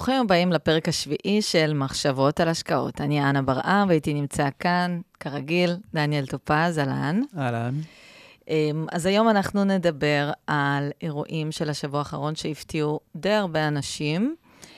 ברוכים הבאים לפרק השביעי של מחשבות על השקעות. אני אנה ברעם, והייתי נמצא כאן, כרגיל, דניאל טופז, אהלן. אהלן. אז היום אנחנו נדבר על אירועים של השבוע האחרון שהפתיעו די הרבה אנשים.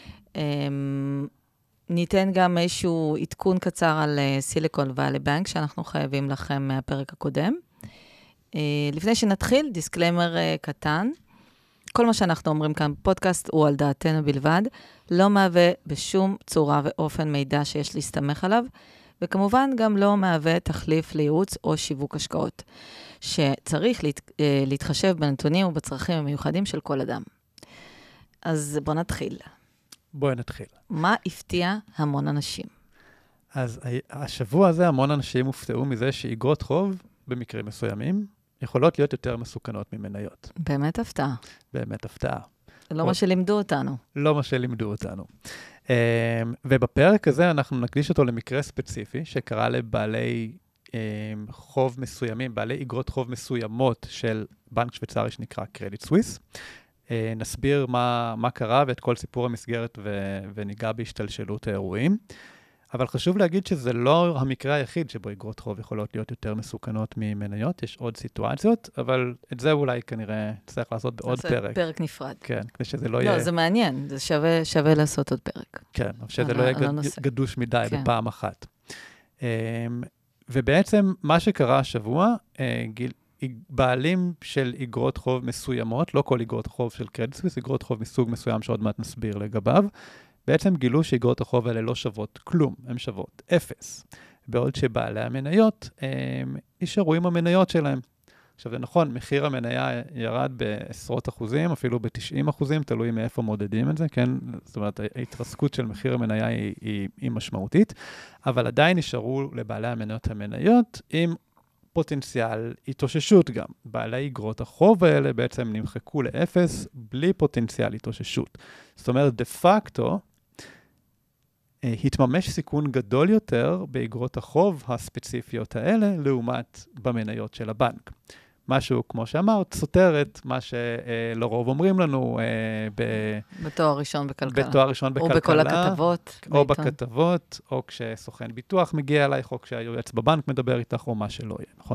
ניתן גם איזשהו עדכון קצר על סיליקון ואלי בנק, שאנחנו חייבים לכם מהפרק הקודם. לפני שנתחיל, דיסקליימר קטן. כל מה שאנחנו אומרים כאן בפודקאסט הוא על דעתנו בלבד, לא מהווה בשום צורה ואופן מידע שיש להסתמך עליו, וכמובן גם לא מהווה תחליף לייעוץ או שיווק השקעות, שצריך להתחשב בנתונים ובצרכים המיוחדים של כל אדם. אז בוא נתחיל. בואי נתחיל. מה הפתיע המון אנשים? אז השבוע הזה המון אנשים הופתעו מזה שאיגרות חוב, במקרים מסוימים, יכולות להיות יותר מסוכנות ממניות. באמת הפתעה. באמת הפתעה. לא מה שלימדו אותנו. לא מה שלימדו אותנו. ובפרק הזה אנחנו נקדיש אותו למקרה ספציפי, שקרה לבעלי חוב מסוימים, בעלי איגרות חוב מסוימות של בנק שוויצרי שנקרא קרדיט סוויס. נסביר מה קרה ואת כל סיפור המסגרת וניגע בהשתלשלות האירועים. אבל חשוב להגיד שזה לא המקרה היחיד שבו איגרות חוב יכולות להיות יותר מסוכנות ממניות, יש עוד סיטואציות, אבל את זה אולי כנראה צריך לעשות בעוד פרק. זה פרק נפרד. כן, כדי שזה לא יהיה... לא, זה מעניין, זה שווה לעשות עוד פרק. כן, אבל שזה לא יהיה גדוש מדי בפעם אחת. ובעצם מה שקרה השבוע, בעלים של איגרות חוב מסוימות, לא כל איגרות חוב של קרדיט סוויס, איגרות חוב מסוג מסוים שעוד מעט נסביר לגביו, בעצם גילו שאיגרות החוב האלה לא שוות כלום, הן שוות 0. בעוד שבעלי המניות נשארו עם המניות שלהם. עכשיו זה נכון, מחיר המניה ירד בעשרות אחוזים, אפילו ב-90%, תלוי מאיפה מודדים את זה, כן? זאת אומרת, ההתרסקות של מחיר המניה היא משמעותית, אבל עדיין נשארו לבעלי המניות המניות עם פוטנציאל התאוששות גם. בעלי איגרות החוב האלה בעצם נמחקו ל-0 בלי פוטנציאל התאוששות. זאת אומרת, דה פקטו, התממש סיכון גדול יותר באיגרות החוב הספציפיות האלה, לעומת במניות של הבנק. משהו, כמו שאמרת, סותרת, מה שלרוב אומרים לנו בתואר ראשון בכלכלה. בתואר ראשון בכלכלה. או בכל הכתבות. או בכתבות, או כשסוכן ביטוח מגיע אלייך, או כשהיועץ בבנק מדבר איתך, או מה שלא יהיה, נכון?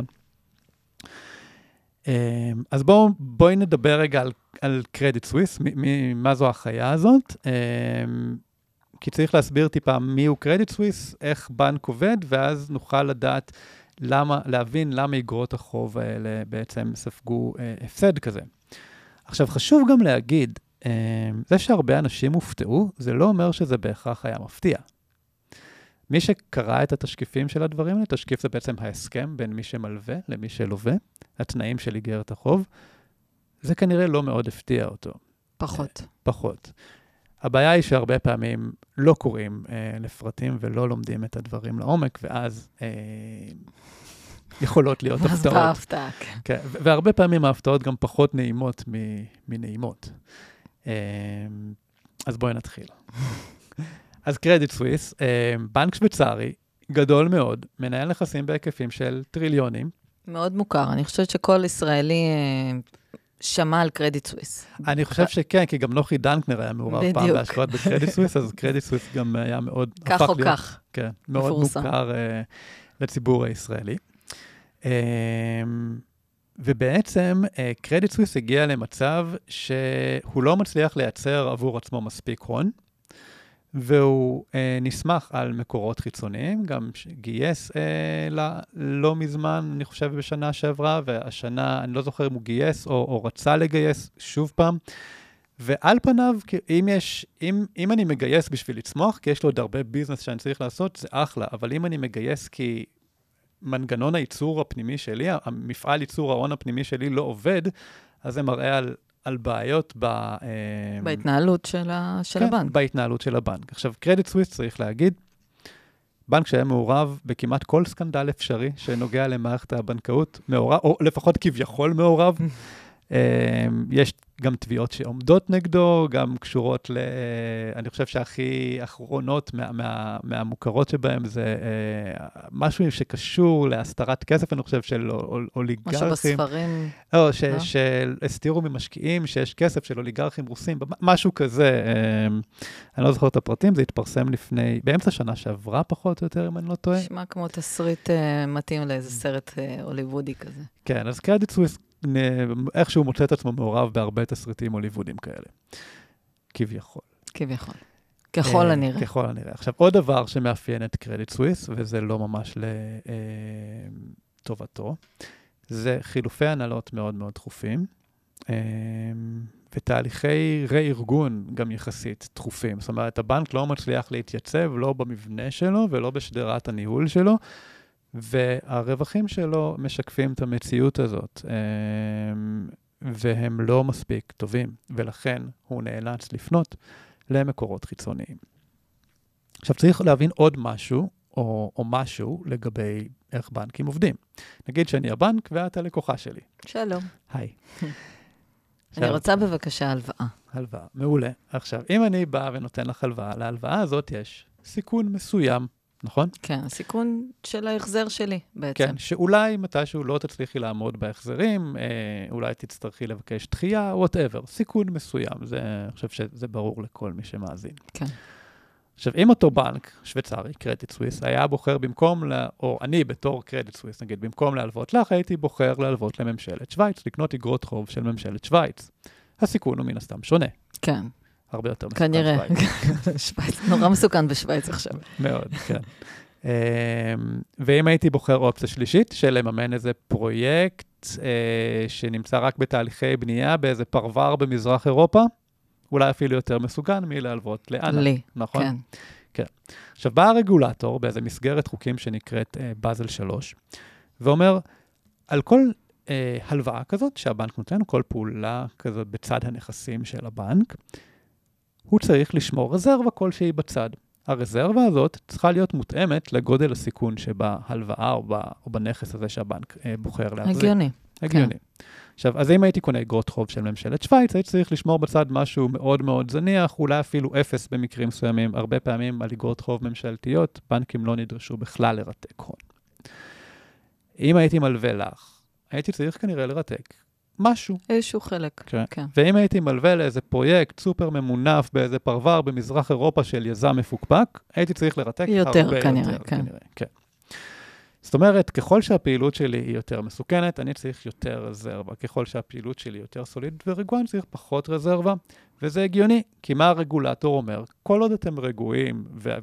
אז בואי נדבר רגע על קרדיט סוויס, מה זו החיה הזאת. כי צריך להסביר טיפה מיהו קרדיט סוויס, איך בנק עובד, ואז נוכל לדעת להבין למה איגרות החוב האלה בעצם ספגו הפסד כזה. עכשיו, חשוב גם להגיד, זה שהרבה אנשים הופתעו, זה לא אומר שזה בהכרח היה מפתיע. מי שקרא את התשקיפים של הדברים האלה, תשקיף זה בעצם ההסכם בין מי שמלווה למי שלווה, התנאים של איגרת החוב, זה כנראה לא מאוד הפתיע אותו. פחות. הבעיה היא שהרבה פעמים לא קוראים לפרטים ולא לומדים את הדברים לעומק, ואז יכולות להיות הפתעות. אז בהפתעה, כן. והרבה פעמים ההפתעות גם פחות נעימות מנעימות. אז בואי נתחיל. אז קרדיט סוויס, בנק שוויצרי, גדול מאוד, מנהל נכסים בהיקפים של טריליונים. מאוד מוכר. אני חושבת שכל ישראלי שמע על קרדיט סוויס. אני חושב שכן, כי גם נוחי דנקנר היה מעורב פעם בהשקעות בקרדיט סוויס, אז קרדיט סוויס גם היה מאוד... כך או כך. כן, מאוד מוכר לציבור הישראלי. ובעצם קרדיט סוויס הגיע למצב שהוא לא מצליח לייצר עבור עצמו מספיק הון, והוא נסמך על מקורות חיצוניים, גם גייס לא מזמן, אני חושב בשנה שעברה, והשנה, אני לא זוכר אם הוא גייס או רצה לגייס שוב פעם, ועל פניו, אם אני מגייס בשביל לצמוח, כי יש לו עוד הרבה ביזנס שאני צריך לעשות, זה אחלה, אבל אם אני מגייס כי מנגנון הייצור הפנימי שלי, המפעל ייצור ההון הפנימי שלי לא עובד, אז זה מראה על בעיות בהתנהלות של הבנק. בהתנהלות של הבנק. עכשיו, קרדיט סוויס צריך להגיד, בנק שהיה מעורב בכמעט כל סקנדל אפשרי שנוגע למערכת הבנקאות, מעורב, או לפחות כביכול מעורב, יש גם תביעות שעומדות נגדו, גם קשורות אני חושב שהכי אחרונות מהמוכרות שבהם זה משהו שקשור להסתרת כסף, אני חושב, של אוליגרכים. משהו בספרים. שהסתירו ממשקיעים, שיש כסף של אוליגרכים רוסים, משהו כזה. אני לא זוכר את הפרטים, זה התפרסם באמצע שנה שעברה פחות או יותר, אם אני לא טועה. נשמע כמו תסריט מתאים לאיזה סרט הוליוודי כזה. כן, אז קרדיט סוויס, איכשהו מוצא את עצמו מעורב בהרבה תסריטים הוליוודיים כאלה. כביכול. כביכול. ככל הנראה. ככל הנראה. עכשיו, עוד דבר שמאפיין את קרדיט סוויס, וזה לא ממש לטובתו, זה חילופי הנהלות מאוד מאוד דחופים, ותהליכי ראי-ארגון גם יחסית דחופים. זאת אומרת, הבנק לא מצליח להתייצב, לא במבנה שלו ולא בשדרת הניהול שלו, והרווחים שלו משקפים את המציאות הזאת, והם לא מספיק טובים, ולכן הוא נאלץ לפנות למקורות חיצוניים. עכשיו צריך להבין עוד משהו, או משהו לגבי איך בנקים עובדים. נגיד שאני הבנק ואת הלקוחה שלי. שלום. היי. אני רוצה בבקשה הלוואה. הלוואה, מעולה. עכשיו, אם אני בא ונותן לך הלוואה, להלוואה הזאת יש סיכון מסוים, נכון? כן, הסיכון של ההחזר שלי בעצם. כן, שאולי מתישהו לא תצליחי לעמוד בהחזרים, אולי תצטרכי לבקש דחייה, whatever, סיכון מסוים. אני חושב שזה ברור לכל מי שמאזין. כן. עכשיו, אם אותו בנק שוויצרי, קרדיט סוויס, היה בוחר או אני בתור קרדיט סוויס, נגיד, במקום להלוות לך, הייתי בוחר להלוות לממשלת שוויץ, לקנות אגרות חוב של ממשלת שוויץ. הסיכון הוא מן הסתם שונה. כן. הרבה יותר מסוכן כנראה. שוויץ, נורא מסוכן בשוויץ עכשיו. מאוד, כן. ואם הייתי בוחר אופציה שלישית, של לממן איזה פרויקט שנמצא רק בתהליכי בנייה, באיזה פרבר במזרח אירופה, אולי אפילו יותר מסוכן מלהלוות לאנה. לי, נכון? כן. כן. עכשיו, בא הרגולטור באיזה מסגרת חוקים שנקראת באזל 3, ואומר, על כל הלוואה כזאת שהבנק נותן, כל פעולה כזאת בצד הנכסים של הבנק, הוא צריך לשמור רזרבה כלשהי בצד. הרזרבה הזאת צריכה להיות מותאמת לגודל הסיכון שבהלוואה או בנכס הזה שהבנק בוחר להחזיר. הגיוני. הגיוני. כן. עכשיו, אז אם הייתי קונה אגרות חוב של ממשלת שוויץ, הייתי צריך לשמור בצד משהו מאוד מאוד זניח, אולי אפילו אפס במקרים מסוימים. הרבה פעמים על אגרות חוב ממשלתיות, בנקים לא נדרשו בכלל לרתק הון. אם הייתי מלווה לך, הייתי צריך כנראה לרתק משהו. איזשהו חלק, כן. כן. ואם הייתי מלווה לאיזה פרויקט סופר ממונף באיזה פרבר במזרח אירופה של יזם מפוקפק, הייתי צריך לרתק יותר, כנראה, כן. כן. זאת אומרת, ככל שהפעילות שלי היא יותר מסוכנת, אני צריך יותר רזרבה. ככל שהפעילות שלי יותר סולידית ורגועה, אני צריך פחות רזרבה, וזה הגיוני, כי מה הרגולטור אומר? כל עוד אתם רגועים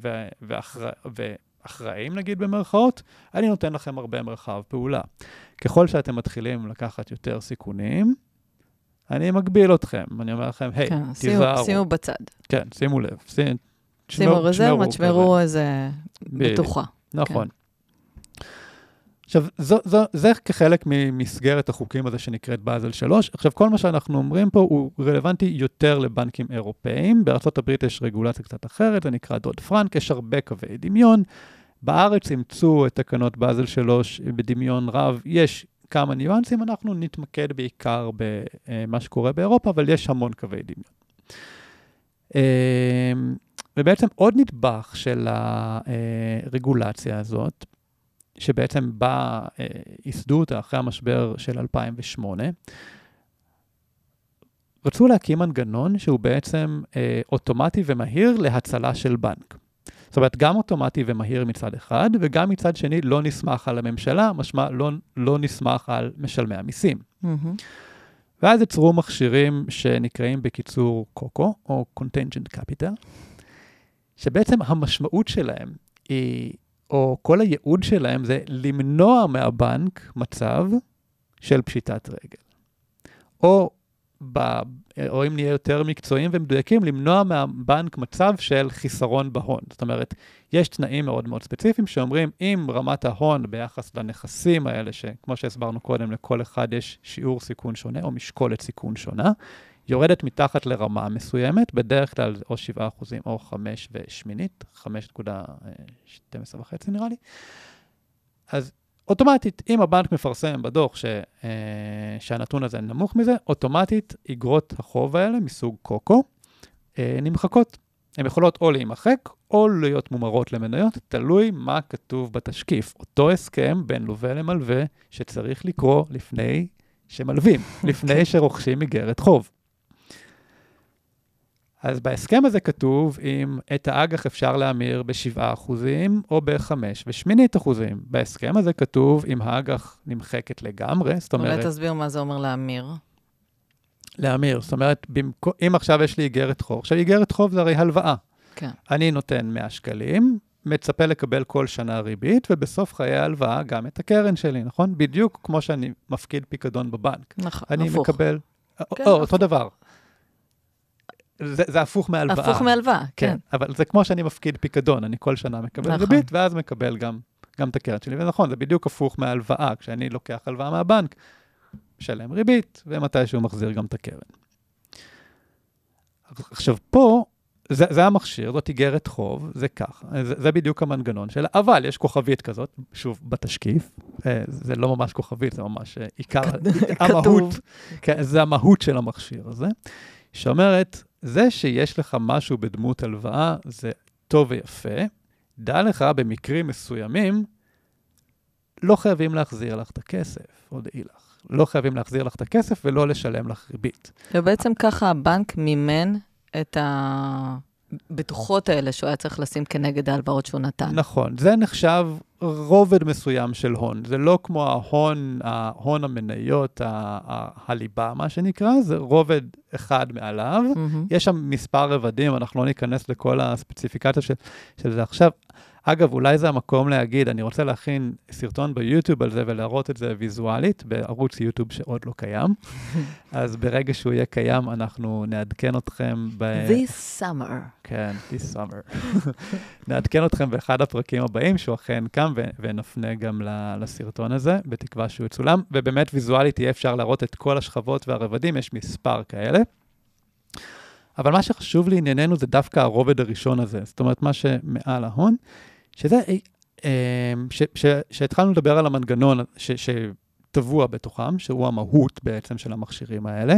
ואחראים, נגיד במרכאות, אני נותן לכם הרבה מרחב פעולה. ככל שאתם מתחילים לקחת יותר סיכונים, אני מגביל אתכם. אני אומר לכם, היי, תיזהרו. שימו בצד. כן, שימו לב. שימו רזרבה, תשמרו איזה בטוחה. נכון. עכשיו, זה כחלק ממסגרת החוקים הזה שנקראת באזל 3. עכשיו, כל מה שאנחנו אומרים פה הוא רלוונטי יותר לבנקים אירופאים. בארצות הברית יש רגולציה קצת אחרת, זה נקרא דוד פרנק, יש הרבה קווי דמיון. בארץ אימצו את תקנות באזל 3 בדמיון רב. יש כמה ניואנסים, אנחנו נתמקד בעיקר במה שקורה באירופה, אבל יש המון קווי דמיון. ובעצם עוד נדבך של הרגולציה הזאת, שבעצם ייסדו אותה אחרי המשבר של 2008, רצו להקים מנגנון שהוא בעצם אוטומטי ומהיר להצלה של בנק. זאת אומרת, גם אוטומטי ומהיר מצד אחד, וגם מצד שני לא נסמך על הממשלה, משמע לא נסמך על משלמי המיסים. ואז יצרו מכשירים שנקראים בקיצור קוקו, או Contingent Capital, שבעצם המשמעות שלהם היא, או כל הייעוד שלהם זה למנוע מהבנק מצב של פשיטת רגל. או אם נהיה יותר מקצועיים ומדויקים, למנוע מהבנק מצב של חיסרון בהון. זאת אומרת, יש תנאים מאוד מאוד ספציפיים שאומרים, אם רמת ההון ביחס לנכסים האלה, שכמו שהסברנו קודם, לכל אחד יש שיעור סיכון שונה, או משקולת סיכון שונה, יורדת מתחת לרמה מסוימת, בדרך כלל או 7% או 5.8, 5.12.5 נראה לי. אז אוטומטית, אם הבנק מפרסם בדוח שהנתון הזה נמוך מזה, אוטומטית איגרות החוב האלה מסוג קוקו נמחקות. הן יכולות או להימחק או להיות מומרות למניות, תלוי מה כתוב בתשקיף. אותו הסכם בין לווה למלווה שצריך לקרוא לפני שמלווים, לפני שרוכשים איגרת חוב. אז בהסכם הזה כתוב אם את האג"ח אפשר להמיר ב7% או ב5.8%. בהסכם הזה כתוב אם האג"ח נמחקת לגמרי, זאת אומרת... אולי תסביר מה זה אומר להמיר. להמיר, זאת אומרת, אם עכשיו יש לי איגרת חוב, עכשיו איגרת חוב זה הרי הלוואה. כן. אני נותן 100 שקלים, מצפה לקבל כל שנה ריבית, ובסוף חיי ההלוואה גם את הקרן שלי, נכון? בדיוק כמו שאני מפקיד פיקדון בבנק. נכון, אני הפוך. מקבל... כן, אותו דבר. זה הפוך מהלוואה. הפוך מהלוואה, כן. אבל זה כמו שאני מפקיד פיקדון, אני כל שנה מקבל ריבית, ואז מקבל גם את הקרן שלי. ונכון, זה בדיוק הפוך מהלוואה. כשאני לוקח הלוואה מהבנק, משלם ריבית, ומתישהו מחזיר גם את הקרן. עכשיו, פה, זה המכשיר, זאת איגרת חוב, זה ככה, זה בדיוק המנגנון שלה, אבל יש כוכבית כזאת, שוב, בתשקיף, זה לא ממש כוכבית, זה ממש עיקר, המהות, כן, זה המהות של המכשיר הזה, שאומרת, זה שיש לך משהו בדמות הלוואה, זה טוב ויפה, דע לך במקרים מסוימים, לא חייבים להחזיר לך את הכסף, עוד אילך. לא חייבים להחזיר לך את הכסף ולא לשלם לך ריבית. ובעצם ככה הבנק מימן את הבטוחות האלה שהוא היה צריך לשים כנגד ההלוואות שהוא נתן. נכון, זה נחשב רובד מסוים של הון. זה לא כמו ההון המניות, הליבה, מה שנקרא, זה רובד אחד מעליו. יש שם מספר רבדים, אנחנו לא ניכנס לכל הספציפיקציה של זה עכשיו. אגב, אולי זה המקום להגיד, אני רוצה להכין סרטון ביוטיוב על זה ולהראות את זה ויזואלית, בערוץ יוטיוב שעוד לא קיים. אז ברגע שהוא יהיה קיים, אנחנו נעדכן אתכם This summer. כן, this summer. נעדכן אתכם באחד הפרקים הבאים, שהוא אכן קם, ונפנה גם לסרטון הזה, בתקווה שהוא יצולם. ובאמת ויזואלית יהיה אפשר להראות את כל השכבות והרבדים, יש מספר כאלה. אבל מה שחשוב לענייננו זה דווקא הרובד הראשון הזה, זאת אומרת, מה שמעל ההון, שזה, שהתחלנו לדבר על המנגנון שטבוע בתוכם, שהוא המהות בעצם של המכשירים האלה,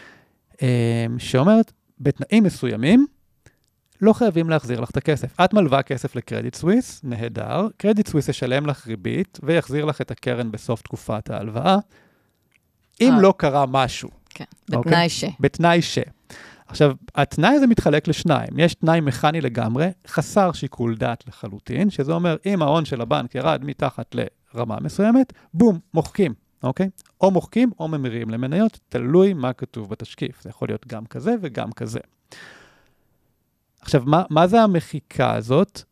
שאומרת, בתנאים מסוימים, לא חייבים להחזיר לך את הכסף. את מלווה כסף לקרדיט סוויס, נהדר, קרדיט סוויס ישלם לך ריבית, ויחזיר לך את הקרן בסוף תקופת ההלוואה, אם לא קרה משהו. כן, בתנאי ש. בתנאי ש. עכשיו, התנאי הזה מתחלק לשניים. יש תנאי מכני לגמרי, חסר שיקול דעת לחלוטין, שזה אומר, אם ההון של הבנק ירד מתחת לרמה מסוימת, בום, מוחקים, אוקיי? או מוחקים או ממירים למניות, תלוי מה כתוב בתשקיף. זה יכול להיות גם כזה וגם כזה. עכשיו, מה זה המחיקה הזאת?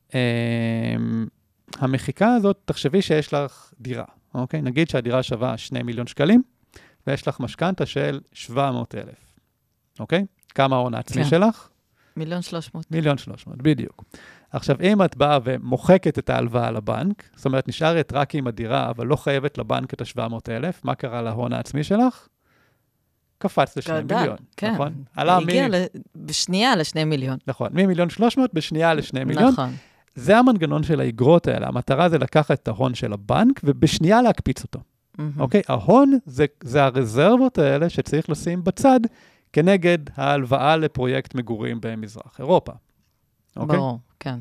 המחיקה הזאת, תחשבי שיש לך דירה, אוקיי? נגיד שהדירה שווה 2 מיליון שקלים, ויש לך משכנתה של 700,000, אוקיי? כמה ההון העצמי שלך? 1,300,000. 1,300,000, בדיוק. עכשיו, אם את באה ומוחקת את ההלוואה לבנק, זאת אומרת, נשארת רק עם הדירה, אבל לא חייבת לבנק את ה-700,000, מה קרה להון העצמי שלך? קפץ ל2 מיליון, כן. נכון? הגיע בשנייה ל2 מיליון. נכון, מ1,300,000 בשנייה ל2 מיליון. נכון. זה המנגנון של האגרות האלה. המטרה זה לקחת את ההון של הבנק, ובשנייה להקפיץ אותו. אוקיי? ההון זה הרזרבות האלה שצריך לשים בצד, כנגד ההלוואה לפרויקט מגורים במזרח אירופה. אוקיי? ברור, כן.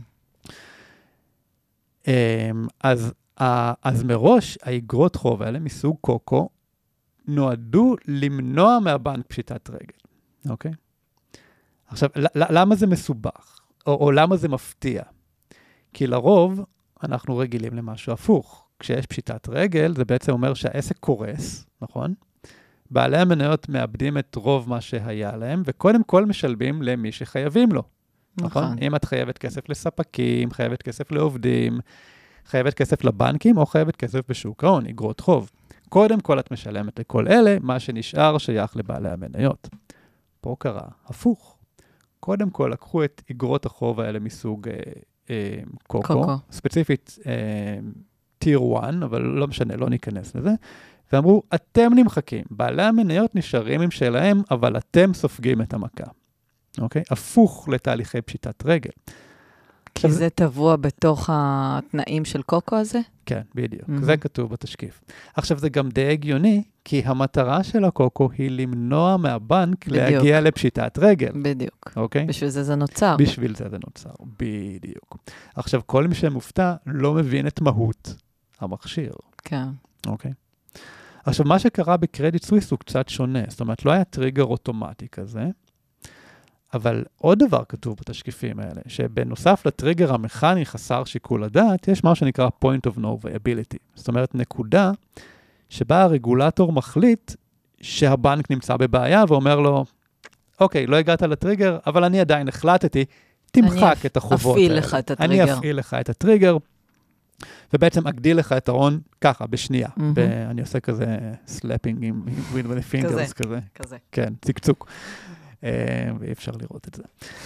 אז מראש, האגרות חוב האלה מסוג קוקו, נועדו למנוע מהבנק פשיטת רגל. אוקיי? עכשיו, למה זה מסובך? או למה זה מפתיע? כי לרוב, אנחנו רגילים למשהו הפוך. כשיש פשיטת רגל, זה בעצם אומר שהעסק קורס, נכון? בעלי המניות מאבדים את רוב מה שהיה להם, וקודם כל משלבים למי שחייבים לו. נכון? אם את חייבת כסף לספקים, חייבת כסף לעובדים, חייבת כסף לבנקים, או חייבת כסף בשוק ההון, אגרות חוב. קודם כל את משלמת לכל אלה, מה שנשאר שייך לבעלי המניות. פה קרה הפוך. קודם כל לקחו את אגרות החוב האלה מסוג קוקו, ספציפית טיר 1, אבל לא משנה, לא ניכנס לזה, ואמרו, אתם נמחקים, בעלי המניות נשארים עם שלהם, אבל אתם סופגים את המכה. אוקיי? הפוך לתהליכי פשיטת רגל. כי זה טבוע בתוך התנאים של קוקו הזה? כן, בדיוק. זה כתוב בתשקיף. עכשיו, זה גם די הגיוני, כי המטרה של הקוקו היא למנוע מהבנק להגיע לפשיטת רגל. בדיוק. אוקיי? בשביל זה נוצר. בשביל זה נוצר, בדיוק. עכשיו, כל מי שמופתע לא מבין את מהות המכשיר. כן. אוקיי? עכשיו, מה שקרה בקרדיט סוויס הוא קצת שונה. זאת אומרת, לא היה טריגר אוטומטי כזה, אבל עוד דבר כתוב בתשקיפים האלה, שבנוסף לטריגר המכני חסר שיקול הדעת, יש מה שנקרא point of no viability. זאת אומרת, נקודה שבה הרגולטור מחליט שהבנק נמצא בבעיה, ואומר לו, אוקיי, לא הגעת לטריגר, אבל אני עדיין החלטתי, תמחק את החובות האלה. אני אפעיל לך את הטריגר. אני אפעיל לך את הטריגר, ובעצם אגדיל לך את ההון ככה, בשנייה. אני עושה כזה סלפינג עם with the fingers כזה. כן, צקצוק. ואי אפשר לראות את זה.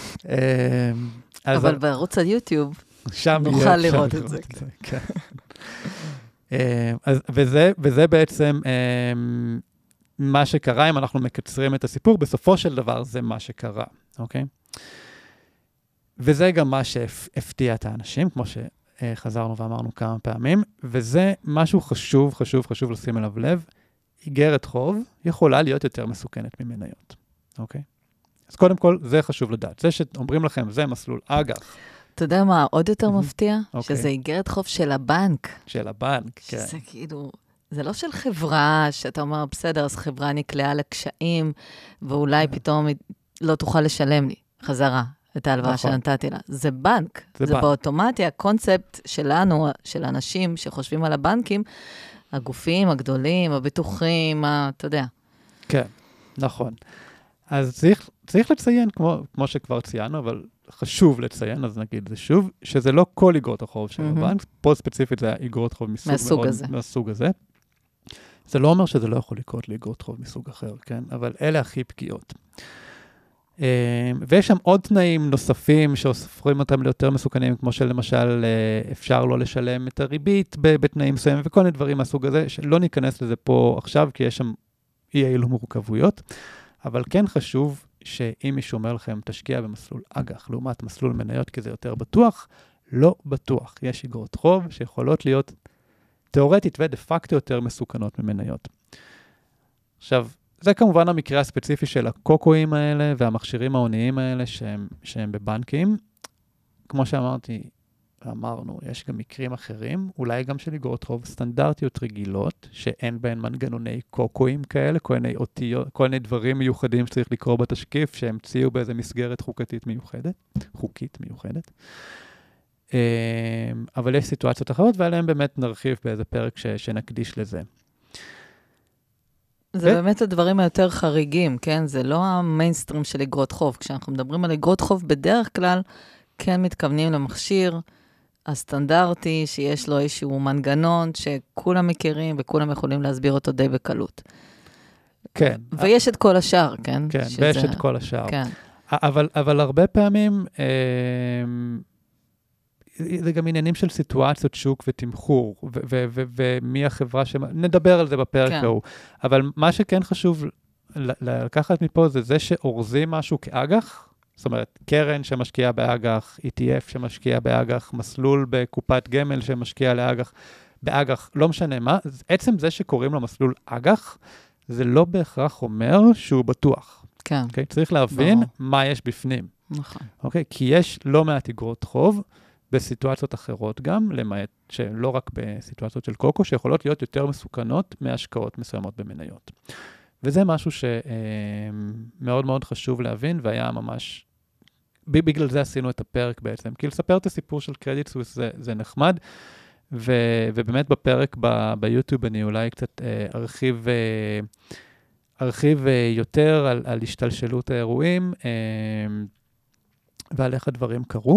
אבל בערוץ היוטיוב נוכל לראות את זה. וזה בעצם מה שקרה, אם אנחנו מקצרים את הסיפור, בסופו של דבר זה מה שקרה, אוקיי? וזה גם מה שהפתיע את האנשים, כמו שחזרנו ואמרנו כמה פעמים, וזה משהו חשוב לשים אליו לב, איגרת חוב יכולה להיות יותר מסוכנת ממניות, אוקיי? אז קודם כל, זה חשוב לדעת. זה שאומרים לכם, זה מסלול אג"ח. אתה יודע מה עוד יותר מפתיע? שזה איגרת חוב של הבנק. של הבנק, כן. שזה כאילו, זה לא של חברה, שאתה אומר, בסדר, אז חברה נקלעה לקשיים, ואולי פתאום לא תוכל לשלם לי חזרה את ההלוואה שנתתי לה. זה בנק. זה באוטומטי, הקונספט שלנו, של אנשים שחושבים על הבנקים, הגופים הגדולים, הביטוחים, אתה יודע. כן, נכון. אז צריך לציין, כמו שכבר ציינו, אבל חשוב לציין, אז נגיד זה שוב, שזה לא כל איגרות החוב של הבנק, פה ספציפית זה איגרות חוב מהסוג הזה. זה לא אומר שזה לא יכול לקרות לאיגרות חוב מסוג אחר, כן? אבל אלה הכי פגיעות. ויש שם עוד תנאים נוספים שהופכים אותם ליותר מסוכנים, כמו שלמשל אפשר לא לשלם את הריבית בתנאים מסוימים, וכל מיני דברים מהסוג הזה, שלא ניכנס לזה פה עכשיו, כי יש שם אי-אילו מורכבויות. אבל כן חשוב שאם מישהו אומר לכם, תשקיע במסלול אג"ח, לעומת מסלול מניות, כי זה יותר בטוח, לא בטוח. יש איגרות חוב שיכולות להיות תיאורטית ודה פקטו יותר מסוכנות ממניות. עכשיו, זה כמובן המקרה הספציפי של הקוקואים האלה והמכשירים ההוניים האלה שהם בבנקים. כמו אמרנו, יש גם מקרים אחרים, אולי גם של איגרות חוב סטנדרטיות רגילות, שאין בהן מנגנוני קוקואים כאלה, כל מיני דברים מיוחדים שצריך לקרוא בתשקיף, שהמציאו באיזו מסגרת חוקית מיוחדת. אבל יש סיטואציות אחרות, ועליהן באמת נרחיב באיזה פרק שנקדיש לזה. זה באמת הדברים היותר חריגים, כן? זה לא המיינסטרים של איגרות חוב. כשאנחנו מדברים על איגרות חוב בדרך כלל, כן מתכוונים למכשיר הסטנדרטי, שיש לו איזשהו מנגנון שכולם מכירים וכולם יכולים להסביר אותו די בקלות. כן. ויש את כל השאר, כן? כן, ויש את כל השאר. כן. אבל הרבה פעמים, זה גם עניינים של סיטואציות שוק ותמחור, ומי החברה נדבר על זה בפרק ההוא. אבל מה שכן חשוב לקחת מפה זה שאורזים משהו כאג"ח, זאת אומרת, קרן שמשקיעה באג"ח, ETF שמשקיע באג"ח, מסלול בקופת גמל שמשקיע באג"ח, לא משנה מה, עצם זה שקוראים לו מסלול אג"ח, זה לא בהכרח אומר שהוא בטוח. כן. Okay? צריך להבין מה יש בפנים. נכון. Okay? כי יש לא מעט איגרות חוב, בסיטואציות אחרות גם, למעט שלא רק בסיטואציות של קוקו, שיכולות להיות יותר מסוכנות מהשקעות מסוימות במניות. וזה משהו שמאוד מאוד חשוב להבין, והיה ממש, בגלל זה עשינו את הפרק בעצם, כי לספר את הסיפור של קרדיט סוויס זה נחמד, ובאמת בפרק ביוטיוב אני אולי קצת ארחיב יותר על השתלשלות האירועים, ועל איך הדברים קרו.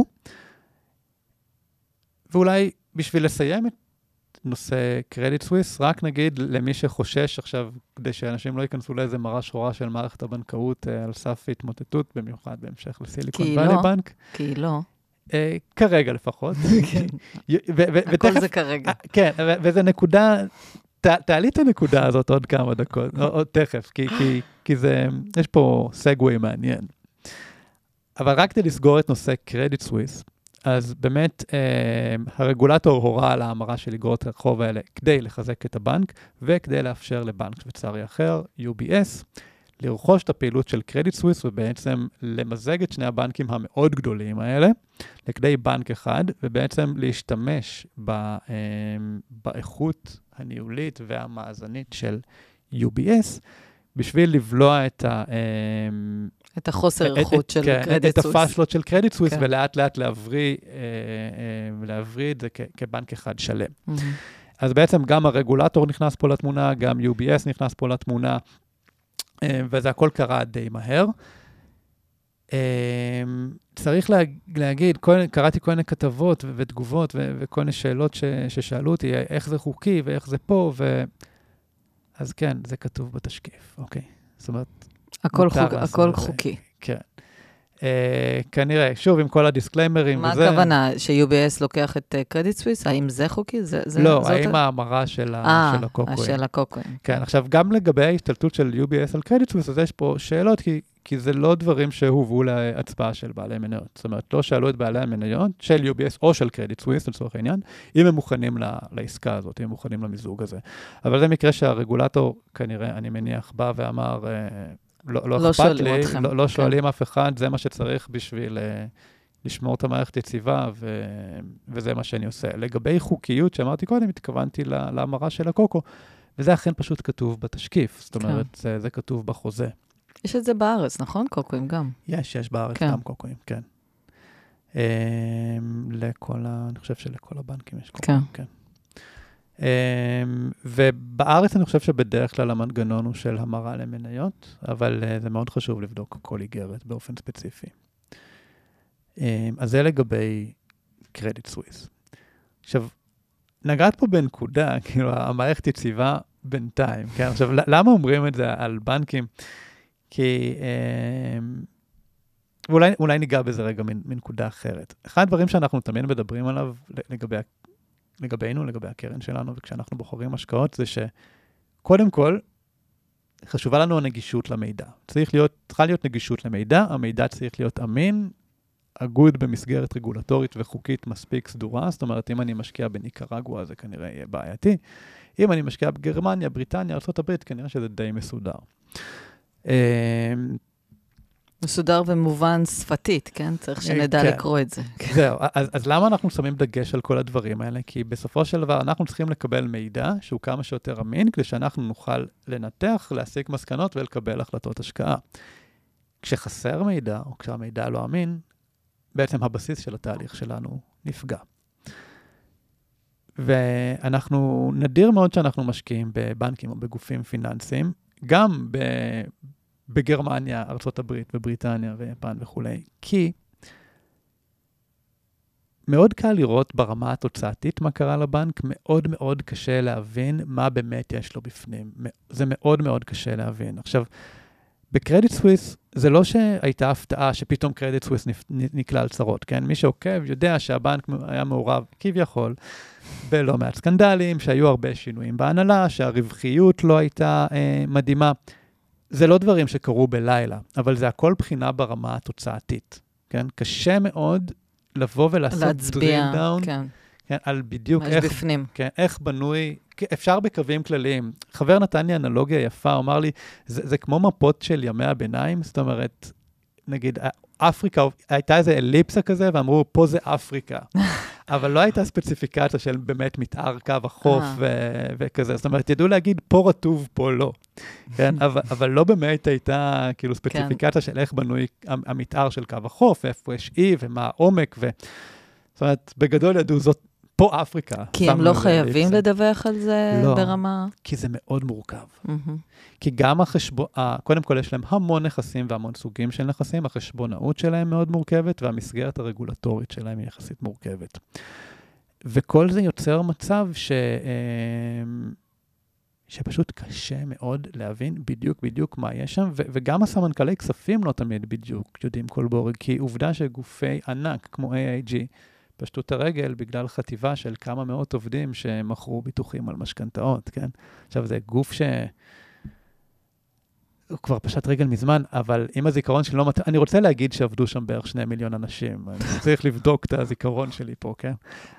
ואולי בשביל לסיים את נושא קרדיט סוויס, רק נגיד למי שחושש עכשיו, כדי שאנשים לא ייכנסו לאיזה מראה שחורה של מערכת הבנקאות על סף התמוטטות, במיוחד בהמשך לסיליקון ואלי בנק. כי היא לא. כרגע לפחות. הכל זה כרגע. כן, וזו נקודה, תעלי את הנקודה הזאת עוד כמה דקות, עוד תכף, כי יש פה סגווי מעניין. אבל רק כדי לסגור את נושא קרדיט סוויס, אז באמת, הרגולטור הורה על ההמרה של אגרות החוב האלה כדי לחזק את הבנק, וכדי לאפשר לבנק שוויצרי אחר, UBS, לרכוש את הפעילות של קרדיט סוויס, ובעצם למזג את שני הבנקים המאוד גדולים האלה, לכדי בנק אחד, ובעצם להשתמש באיכות הניהולית והמאזנית של UBS, בשביל לבלוע את החוסר איכות של קרדיט סוויס. את הפשלות של קרדיט סוויס, ולאט לאט להבריא את זה כבנק אחד שלם. אז בעצם גם הרגולטור נכנס פה לתמונה, גם UBS נכנס פה לתמונה, וזה הכל קרה די מהר. צריך להגיד, קראתי כל מיני כתבות ותגובות וכל מיני שאלות ששאלו אותי, איך זה חוקי ואיך זה פה, אז כן, זה כתוב בתשקיף, אוקיי. זאת אומרת, הכל חוקי. כן. כנראה, שוב, עם כל הדיסקליימרים וזה... מה הכוונה? ש-UBS לוקח את קרדיט סוויס? האם זה חוקי? לא, האם ההמרה של הקוקוין. של הקוקוין. כן, עכשיו, גם לגבי ההשתלטות של UBS על קרדיט סוויס, אז יש פה שאלות, כי זה לא דברים שהובאו להצבעה של בעלי מניות. זאת אומרת, לא שאלו את בעלי המניות של UBS או של קרדיט סוויס, לצורך העניין, אם הם מוכנים לעסקה הזאת, אם הם מוכנים למיזוג הזה. אבל זה מקרה שהרגולטור, כנראה, אני מניח, בא ואמר, לא אכפת לי, לא שואלים אף אחד, זה מה שצריך בשביל לשמור את המערכת יציבה, וזה מה שאני עושה. לגבי חוקיות, שאמרתי קודם, התכוונתי להמרה של הקוקו, וזה אכן פשוט כתוב בתשקיף, זאת אומרת, זה כתוב בחוזה. יש את זה בארץ, נכון? קוקוים גם. יש בארץ גם קוקוים, כן. אני חושב שלכל הבנקים יש קוקוים, כן. ובארץ אני חושב שבדרך כלל המנגנון הוא של המרה למניות, אבל זה מאוד חשוב לבדוק כל איגרת באופן ספציפי. אז זה לגבי קרדיט סוויס. עכשיו, נגעת פה בנקודה, כאילו המערכת יציבה בינתיים, כן? עכשיו, למה אומרים את זה על בנקים? כי אולי ניגע בזה רגע מנקודה אחרת. אחד הדברים שאנחנו תמיד מדברים עליו לגבינו, לגבי הקרן שלנו, וכשאנחנו בוחרים השקעות, זה שקודם כל, חשובה לנו הנגישות למידע. צריכה להיות נגישות למידע, המידע צריך להיות אמין, אגוד במסגרת רגולטורית וחוקית מספיק סדורה, זאת אומרת, אם אני משקיע בניקרגואה, זה כנראה יהיה בעייתי. אם אני משקיע בגרמניה, בריטניה, ארצות הברית, כנראה שזה די מסודר. מסודר ומובן שפתית, כן? צריך שנדע לקרוא את זה. זהו, אז למה אנחנו שמים דגש על כל הדברים האלה? כי בסופו של דבר אנחנו צריכים לקבל מידע שהוא כמה שיותר אמין, כדי שאנחנו נוכל לנתח, להסיק מסקנות ולקבל החלטות השקעה. כשחסר מידע, או כשהמידע לא אמין, בעצם הבסיס של התהליך שלנו נפגע. ואנחנו, נדיר מאוד שאנחנו משקיעים בבנקים או בגופים פיננסיים, גם בגרמניה, ארצות הברית ובריטניה ויפן וכו'. כי מאוד קל לראות ברמה התוצאתית מה קרה לבנק, מאוד מאוד קשה להבין מה באמת יש לו בפנים. זה מאוד מאוד קשה להבין. עכשיו, בקרדיט סוויס, זה לא שהייתה הפתעה שפתאום קרדיט סוויס נקלע על צרות, כן? מי שעוקב יודע שהבנק היה מעורב כביכול בלא מעט סקנדלים, שהיו הרבה שינויים בהנהלה, שהרווחיות לא הייתה מדהימה. זה לא דברים שקרו בלילה, אבל זה הכל בחינה ברמה התוצאתית, כן? קשה מאוד לבוא ולעשות drill down, כן, על בדיוק איך בנוי, אפשר בקווים כלליים. חבר נתן לי אנלוגיה יפה, הוא אמר לי, זה כמו מפות של ימי הביניים, זאת אומרת, נגיד, אפריקה, הייתה איזו אליפסה כזה, ואמרו, פה זה אפריקה. אבל לא הייתה ספציפיקציה של באמת מתאר קו החוף וכזה. זאת אומרת, ידעו להגיד, פה רטוב, פה לא. כן? אבל לא באמת הייתה כאילו ספציפיקציה של איך בנוי המתאר של קו החוף, איפה יש אי ומה העומק. זאת אומרת, בגדול ידעו, זאת פה אפריקה. כי הם לא חייבים לדווח על זה ברמה? לא, כי זה מאוד מורכב. כי גם קודם כל יש להם המון נכסים והמון סוגים של נכסים, החשבונאות שלהם מאוד מורכבת, והמסגרת הרגולטורית שלהם היא יחסית מורכבת. וכל זה יוצר מצב שפשוט קשה מאוד להבין בדיוק מה יש שם, וגם הסמנכ"לי כספים לא תמיד בדיוק יודעים כל בורג, כי עובדה שגופי ענק כמו AIG, פשטו את הרגל בגלל חטיבה של כמה מאות עובדים שמכרו ביטוחים על משכנתאות, כן? עכשיו, זה גוף הוא כבר פשט רגל מזמן, אבל אם הזיכרון שלי לא אני רוצה להגיד שעבדו שם בערך 2 מיליון אנשים, אני צריך לבדוק את הזיכרון שלי פה, כן?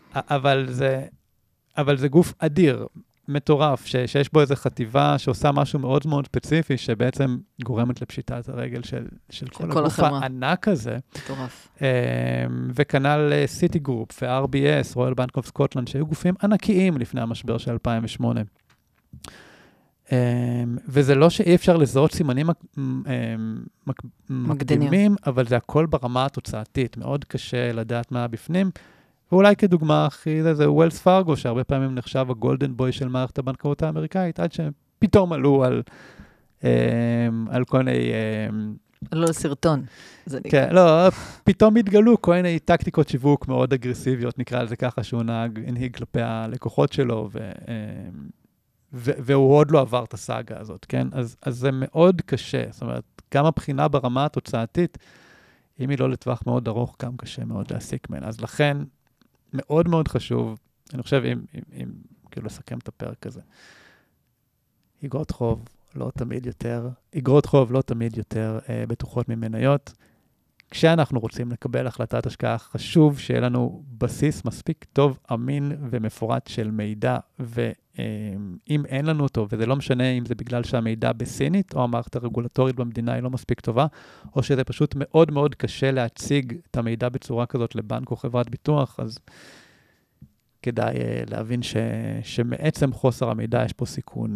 אבל זה גוף אדיר, מטורף, שיש בו איזו חטיבה שעושה משהו מאוד מאוד ספציפי, שבעצם גורמת לפשיטת הרגל של כל הגוף הענק הזה. מטורף. וכנ"ל סיטי גרופ ו-RBS, רויאל בנק אוף סקוטלנד, שהיו גופים ענקיים לפני המשבר של 2008. וזה לא שאי אפשר לזהות סימנים מקדימים, אבל זה הכל ברמה התוצאתית. מאוד קשה לדעת מה בפנים. ואולי כדוגמה הכי זה ווילס פארגו, שהרבה פעמים נחשב הגולדן בוי של מערכת הבנקאות האמריקאית, עד שפתאום עלו על כל מיני... לא סרטון. כן, לא, פתאום התגלו כל מיני טקטיקות שיווק מאוד אגרסיביות, נקרא לזה ככה, שהוא הנהיג כלפי הלקוחות שלו, והוא עוד לא עבר את הסאגה הזאת, כן? אז זה מאוד קשה, זאת אומרת, גם הבחינה ברמה התוצאתית, אם היא לא לטווח מאוד ארוך, גם קשה מאוד להסיק ממנה. אז לכן, מאוד מאוד חשוב, אני חושב, אם כאילו לסכם את הפרק הזה, אגרות חוב לא תמיד יותר בטוחות ממניות. כשאנחנו רוצים לקבל החלטת השקעה, חשוב שיהיה לנו בסיס מספיק טוב, אמין ומפורט של מידע, ואם אין לנו אותו, וזה לא משנה אם זה בגלל שהמידע בסינית, או המערכת הרגולטורית במדינה היא לא מספיק טובה, או שזה פשוט מאוד מאוד קשה להציג את המידע בצורה כזאת לבנק או חברת ביטוח, אז כדאי להבין שמעצם חוסר המידע יש פה סיכון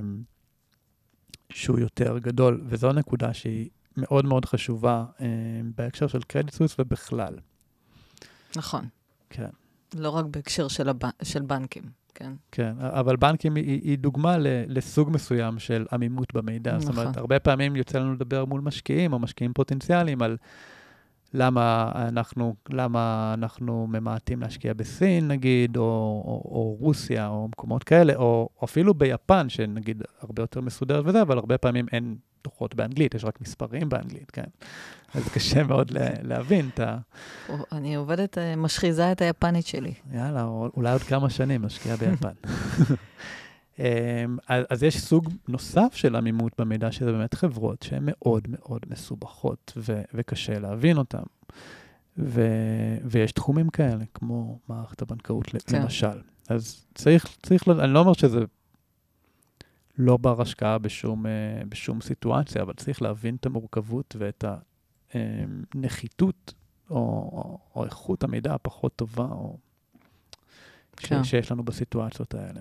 שהוא יותר גדול, וזו נקודה שהיא מאוד מאוד חשובה בהקשר של קרדיט סוויס ובכלל. נכון. כן. לא רק בהקשר של בנקים, כן. כן, אבל בנקים היא דוגמה לסוג מסוים של עמימות במידע. נכון. זאת אומרת, הרבה פעמים יוצא לנו לדבר מול משקיעים או משקיעים פוטנציאליים על למה אנחנו ממעטים להשקיע בסין, נגיד, או רוסיה, או מקומות כאלה, או אפילו ביפן, שנגיד הרבה יותר מסודרת וזה, אבל הרבה פעמים אין דוחות באנגלית, יש רק מספרים באנגלית, כן. אז קשה מאוד להבין את ה... אני עובדת, משחיזה את היפנית שלי. יאללה, אולי עוד כמה שנים משקיע ביפן. אז יש סוג נוסף של עמימות במידע, שזה באמת חברות שהן מאוד מאוד מסובכות וקשה להבין אותן. ויש תחומים כאלה, כמו מערכת הבנקאות למשל. אז צריך, אני לא אומר שזה לא בר השקעה בשום סיטואציה, אבל צריך להבין את המורכבות ואת הנחיתות, או איכות המידע הפחות טובה, שיש לנו בסיטואציות האלה.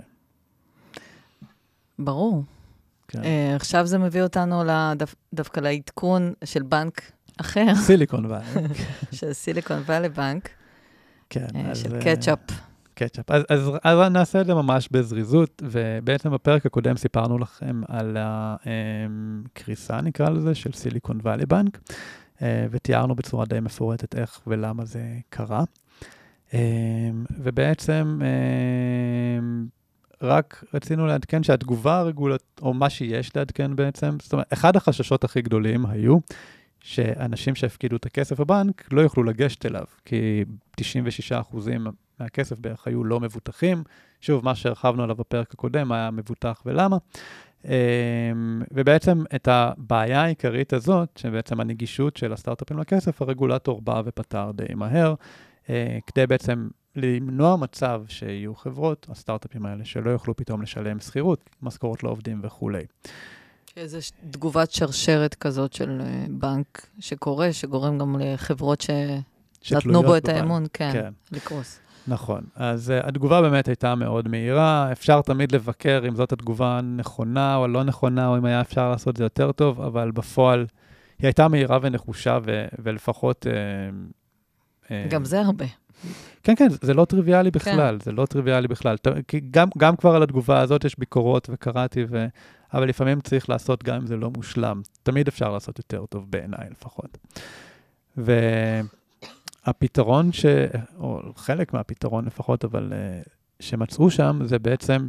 ברור. כן. עכשיו זה מביא אותנו דווקא לעדכון של בנק אחר. סיליקון ואלי. של סיליקון ואלי בנק. כן. של קטשאפ. קטשאפ. אז נעשה את זה ממש בזריזות, ובעצם בפרק הקודם סיפרנו לכם על הקריסה, נקרא לזה, של סיליקון ואלי בנק, ותיארנו בצורה די מפורטת איך ולמה זה קרה. ובעצם רק רצינו לעדכן שהתגובה או מה שיש לעדכן בעצם, זאת אומרת, אחד החששות הכי גדולים היו שאנשים שהפקידו את הכסף בבנק לא יוכלו לגשת אליו, כי 96% מהכסף בערך היו לא מבוטחים. שוב, מה שהרחבנו עליו בפרק הקודם היה מבוטח ולמה. ובעצם את הבעיה העיקרית הזאת, שבעצם הנגישות של הסטארט-אפים לכסף, הרגולטור בא ופתר די מהר, כדי בעצם למנוע מצב שיהיו חברות, הסטארט-אפים האלה, שלא יוכלו פתאום לשלם שכירות, משכורות לעובדים וכו'. איזו תגובת שרשרת כזאת של בנק שקורה, שגורם גם לחברות שנתנו בו את האמון, כן, לקרוס. נכון. אז התגובה באמת הייתה מאוד מהירה. אפשר תמיד לבקר אם זאת התגובה נכונה או לא נכונה, או אם היה אפשר לעשות זה יותר טוב, אבל בפועל היא הייתה מהירה ונחושה, ולפחות... גם זה הרבה. כן, כן, זה לא טריוויאלי בכלל, זה לא טריוויאלי בכלל. כי גם כבר על התגובה הזאת יש ביקורות וקראתי, אבל לפעמים צריך לעשות גם אם זה לא מושלם. תמיד אפשר לעשות יותר טוב בעיניי לפחות. והפתרון, או חלק מהפתרון לפחות, אבל שמצאו שם, זה בעצם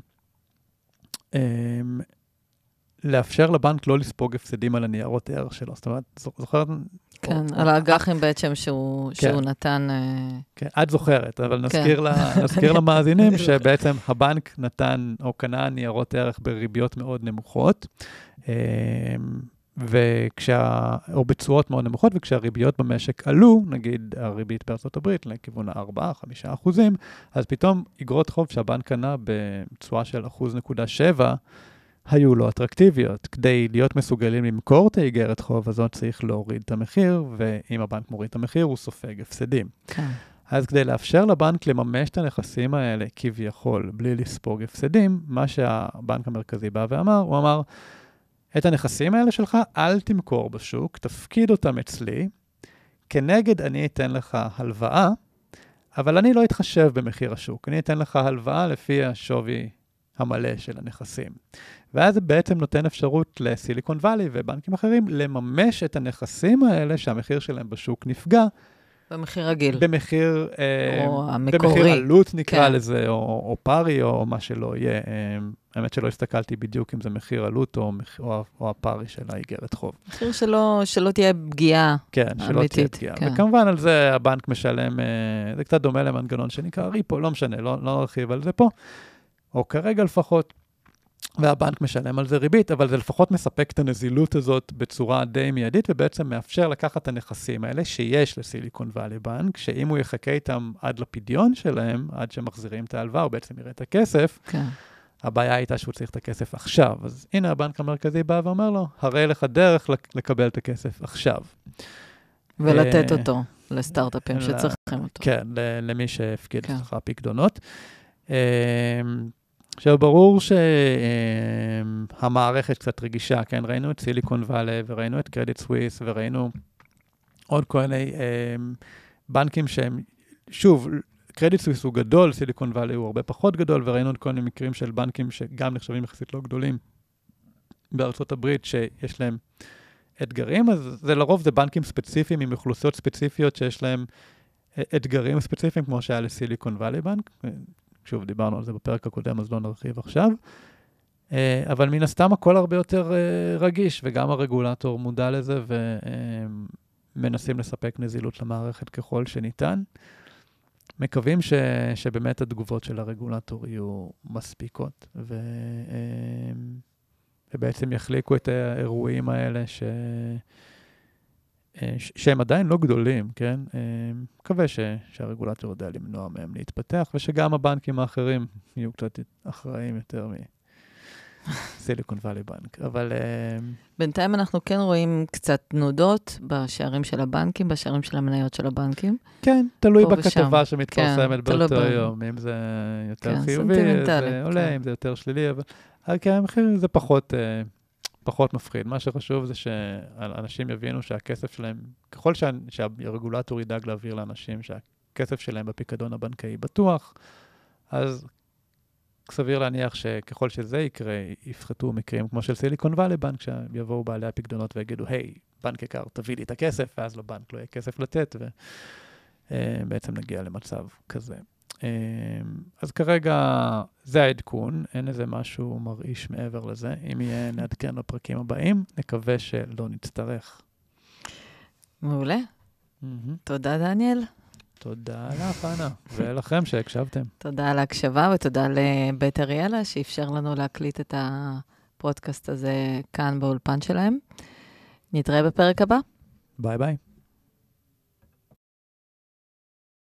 לאפשר לבנק לא לספוג הפסדים על הניירות ערך שלו. זאת אומרת, זוכרת? כן, על האג"חים בעצם שהוא נתן... כן, את זוכרת, אבל נזכיר למאזינים שבעצם הבנק נתן או קנה ניירות ערך בריביות מאוד נמוכות, או בצורות מאוד נמוכות, וכשהריביות במשק עלו, נגיד הריבית בארצות הברית לכיוון 4-5%, אז פתאום אגרות חוב שהבנק קנה בצורה של 1.7%, היו לו אטרקטיביות. כדי להיות מסוגלים למכור את האגרת חוב הזאת, צריך להוריד את המחיר, ואם הבנק מוריד את המחיר, הוא סופג הפסדים. כן. אז כדי לאפשר לבנק לממש את הנכסים האלה כביכול, בלי לספוג הפסדים, מה שהבנק המרכזי בא ואמר, הוא אמר, את הנכסים האלה שלך, אל תמכור בשוק, תפקיד אותם אצלי, כנגד אני אתן לך הלוואה, אבל אני לא אתחשב במחיר השוק, אני אתן לך הלוואה לפי השווי המלא של הנכסים. ואז זה בעצם נותן אפשרות לסיליקון ואלי ובנקים אחרים לממש את הנכסים האלה שהמחיר שלהם בשוק נפגע. במחיר רגיל. במחיר, או המקורי. במחיר עלות נקרא כן. לזה, או פארי, או מה שלא יהיה. האמת שלא הסתכלתי בדיוק אם זה מחיר עלות או הפארי של האיגרת חוב. מחיר שלא תהיה פגיעה כן, שלא תהיה פגיעה. כן. וכמובן על זה הבנק משלם, זה קצת דומה למנגנון שנקרא ריפו, לא משנה, לא נרחיב על זה פה, או כרגע לפחות, והבנק משלם על זה ריבית, אבל זה לפחות מספק את הנזילות הזאת בצורה די מיידית, ובעצם מאפשר לקחת את הנכסים האלה שיש לסיליקון ואלי בנק, שאם הוא יחכה איתם עד לפדיון שלהם, עד שמחזירים את ההלוואה, הוא בעצם יראה את הכסף, כן. הבעיה הייתה שהוא צריך את הכסף עכשיו. אז הנה הבנק המרכזי בא ואומר לו, הרי לך דרך לקבל את הכסף עכשיו. ולתת אותו לסטארט-אפים שצריכים אותו. כן, למי שהפקיד לך פקדונות. עכשיו, ברור שהמערכת קצת רגישה, כן? ראינו את סיליקון ואלי, וראינו את קרדיט סוויס, וראינו עוד כל מיני בנקים שהם, שוב, קרדיט סוויס הוא גדול, סיליקון ואלי הוא הרבה פחות גדול, וראינו עוד כל מיני מקרים של בנקים שגם נחשבים יחסית לא גדולים בארצות הברית, שיש להם אתגרים, אז זה לרוב זה בנקים ספציפיים עם אוכלוסיות ספציפיות שיש להם אתגרים ספציפיים, כמו שהיה לסיליקון ואלי בנק, שוב, דיברנו על זה בפרק הקודם, אז לא נרחיב עכשיו. אבל מן הסתם הכל הרבה יותר רגיש, וגם הרגולטור מודע לזה, ומנסים לספק נזילות למערכת ככל שניתן. מקווים שבאמת התגובות של הרגולטור יהיו מספיקות, ובעצם יחליקו את האירועים האלה שהם עדיין לא גדולים, כן? מקווה שהרגולטור יודע למנוע מהם להתפתח, ושגם הבנקים האחרים יהיו קצת אחראים יותר מסיליקון ואלי בנק. אבל בינתיים אנחנו כן רואים קצת תנודות בשערים של הבנקים, בשערים של המניות של הבנקים. כן, תלוי בכתבה שמתפרסמת באותו יום. אם זה יותר חיובי, זה עולה, אם זה יותר שלילי, אבל המחיר זה פחות מפחיד. מה שחשוב זה שאנשים יבינו שהכסף שלהם, ככל שהרגולטור ידאג להעביר לאנשים שהכסף שלהם בפיקדון הבנקאי בטוח, אז סביר להניח שככל שזה יקרה, יפחתו מקרים כמו של סיליקון ואלי בנק, שיבואו בעלי הפיקדונות ויגידו, היי, בנק יקר, תביא לי את הכסף, ואז לבנק לא יהיה כסף לתת, ובעצם נגיע למצב כזה. אז כרגע זה העדכון, אין איזה משהו מרעיש מעבר לזה. אם יהיה נעדכן בפרקים הבאים, נקווה שלא נצטרך. מעולה. תודה, דניאל. תודה לך, אנה, ולכם שהקשבתם. תודה על ההקשבה, ותודה לבית אריאלה, שאפשר לנו להקליט את הפודקאסט הזה כאן באולפן שלהם. נתראה בפרק הבא. ביי ביי.